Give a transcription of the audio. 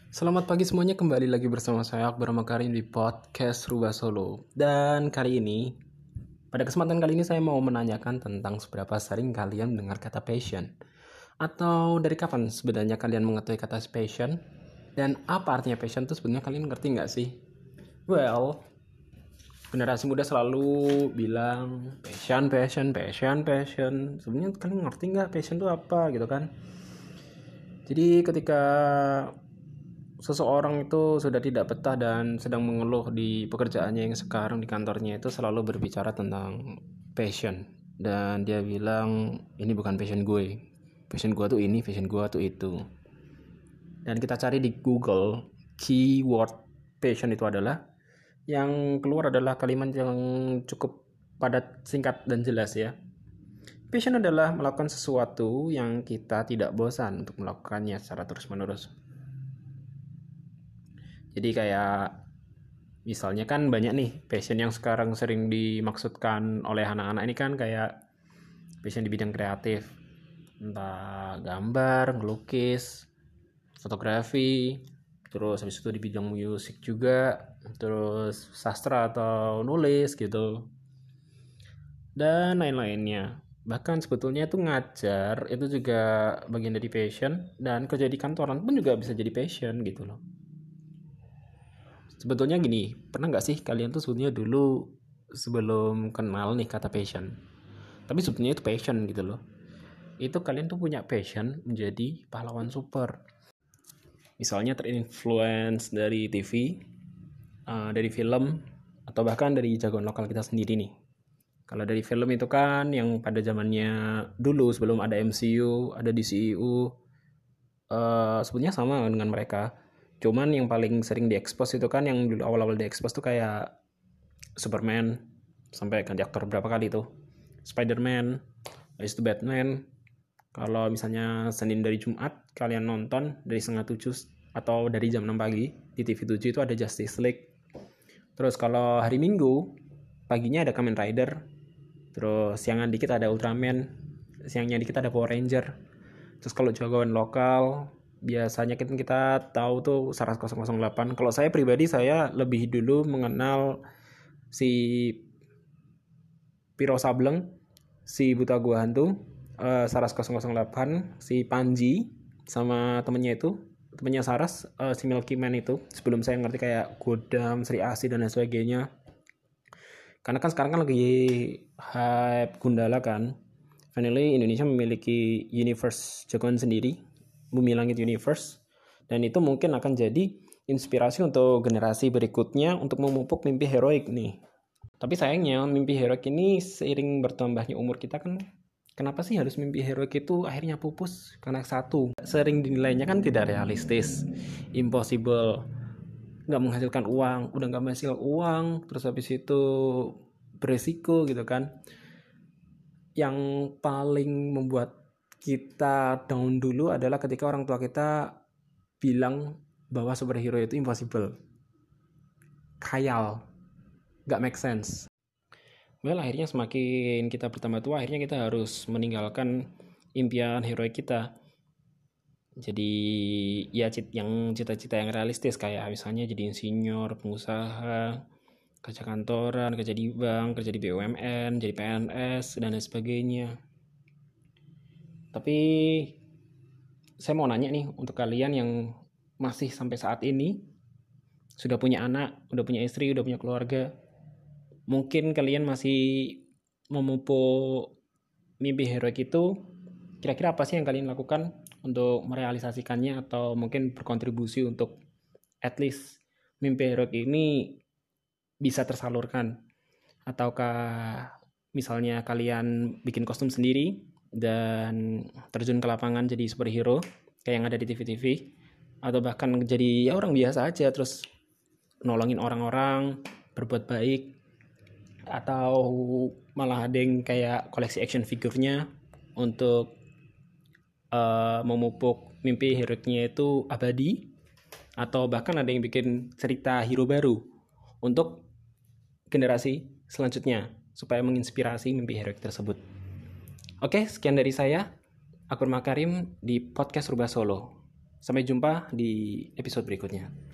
Selamat pagi semuanya, kembali lagi bersama saya Akbar Makarim di podcast Rubah Solo. Dan pada kesempatan kali ini saya mau menanyakan tentang seberapa sering kalian mendengar kata passion. Atau dari kapan sebenarnya kalian mengetahui kata passion? Dan apa artinya passion itu sebenarnya kalian ngerti nggak sih? Well, generasi muda selalu bilang passion. Sebenarnya kalian ngerti nggak passion itu apa gitu kan? Jadi ketika seseorang itu sudah tidak betah dan sedang mengeluh di pekerjaannya yang sekarang di kantornya, itu selalu berbicara tentang passion, dan dia bilang ini bukan passion gue tuh ini, passion gue tuh itu. Dan kita cari di Google, keyword passion itu adalah, yang keluar adalah kalimat yang cukup padat, singkat dan jelas ya. Passion adalah melakukan sesuatu yang kita tidak bosan untuk melakukannya secara terus-menerus. Jadi kayak misalnya kan banyak nih passion yang sekarang sering dimaksudkan oleh anak-anak ini kan, kayak passion di bidang kreatif, entah gambar, ngelukis, fotografi, terus habis itu di bidang musik juga, terus sastra atau nulis gitu, dan lain-lainnya. Bahkan sebetulnya itu ngajar itu juga bagian dari passion, dan kerja di kantoran pun juga bisa jadi passion gitu loh. Sebetulnya gini, pernah nggak sih kalian tuh sebetulnya dulu sebelum kenal nih kata passion, tapi sebetulnya itu passion gitu loh, itu kalian tuh punya passion menjadi pahlawan super. Misalnya terinfluence dari TV, dari film, atau bahkan dari jagoan lokal kita sendiri nih. Kalau dari film itu kan yang pada zamannya dulu sebelum ada MCU, ada DCU, sebetulnya sama dengan mereka. Cuman yang paling sering diekspos itu kan, yang dulu awal-awal diekspos tuh kayak Superman, sampai ganti aktor berapa kali tuh, Spider-Man, habis itu Batman. Kalau misalnya Senin dari Jumat kalian nonton dari setengah 7 atau dari jam 6 pagi di TV7 itu ada Justice League. Terus kalau hari Minggu paginya ada Kamen Rider, terus siangan dikit ada Ultraman, siangnya dikit ada Power Ranger. Terus kalau jagoan lokal biasanya kita tahu tuh Saras 008. Kalau saya pribadi, saya lebih dulu mengenal si Piro Sableng, si Buta Gua Hantu, Saras 008, si Panji sama temennya Saras, si Milky Man itu, sebelum saya ngerti kayak Godam, Sri Asi dan lain sebagainya. Karena kan sekarang kan lagi hype Gundala kan. Finally Indonesia memiliki universe jagoan sendiri, Bumi Langit Universe, dan itu mungkin akan jadi inspirasi untuk generasi berikutnya untuk memupuk mimpi heroik nih. Tapi sayangnya mimpi heroik ini seiring bertambahnya umur kita kan, kenapa sih harus mimpi heroik itu akhirnya pupus? Karena satu, sering dinilainya kan tidak realistis, impossible, nggak menghasilkan uang, udah nggak menghasilkan uang, terus habis itu beresiko gitu kan. Yang paling membuat kita down dulu adalah ketika orang tua kita bilang bahwa superhero itu impossible, khayal, gak make sense. Well, akhirnya semakin kita bertambah tua, akhirnya kita harus meninggalkan impian heroik kita. Jadi ya yang cita-cita yang realistis, kayak misalnya jadi insinyur, pengusaha, kerja kantoran, kerja di bank, kerja di BUMN, jadi PNS, dan lain sebagainya. Tapi saya mau nanya nih, untuk kalian yang masih sampai saat ini sudah punya anak, udah punya istri, udah punya keluarga, mungkin kalian masih memupuk mimpi heroik itu, kira-kira apa sih yang kalian lakukan untuk merealisasikannya, atau mungkin berkontribusi untuk at least mimpi heroik ini bisa tersalurkan? Ataukah misalnya kalian bikin kostum sendiri dan terjun ke lapangan jadi superhero kayak yang ada di TV-TV, atau bahkan jadi orang biasa aja terus nolongin orang-orang, berbuat baik, atau malah ada yang kayak koleksi action figurnya untuk memupuk mimpi heroiknya itu abadi, atau bahkan ada yang bikin cerita hero baru untuk generasi selanjutnya supaya menginspirasi mimpi heroik tersebut. Oke, sekian dari saya, Akbar Makarim di podcast Rubah Solo. Sampai jumpa di episode berikutnya.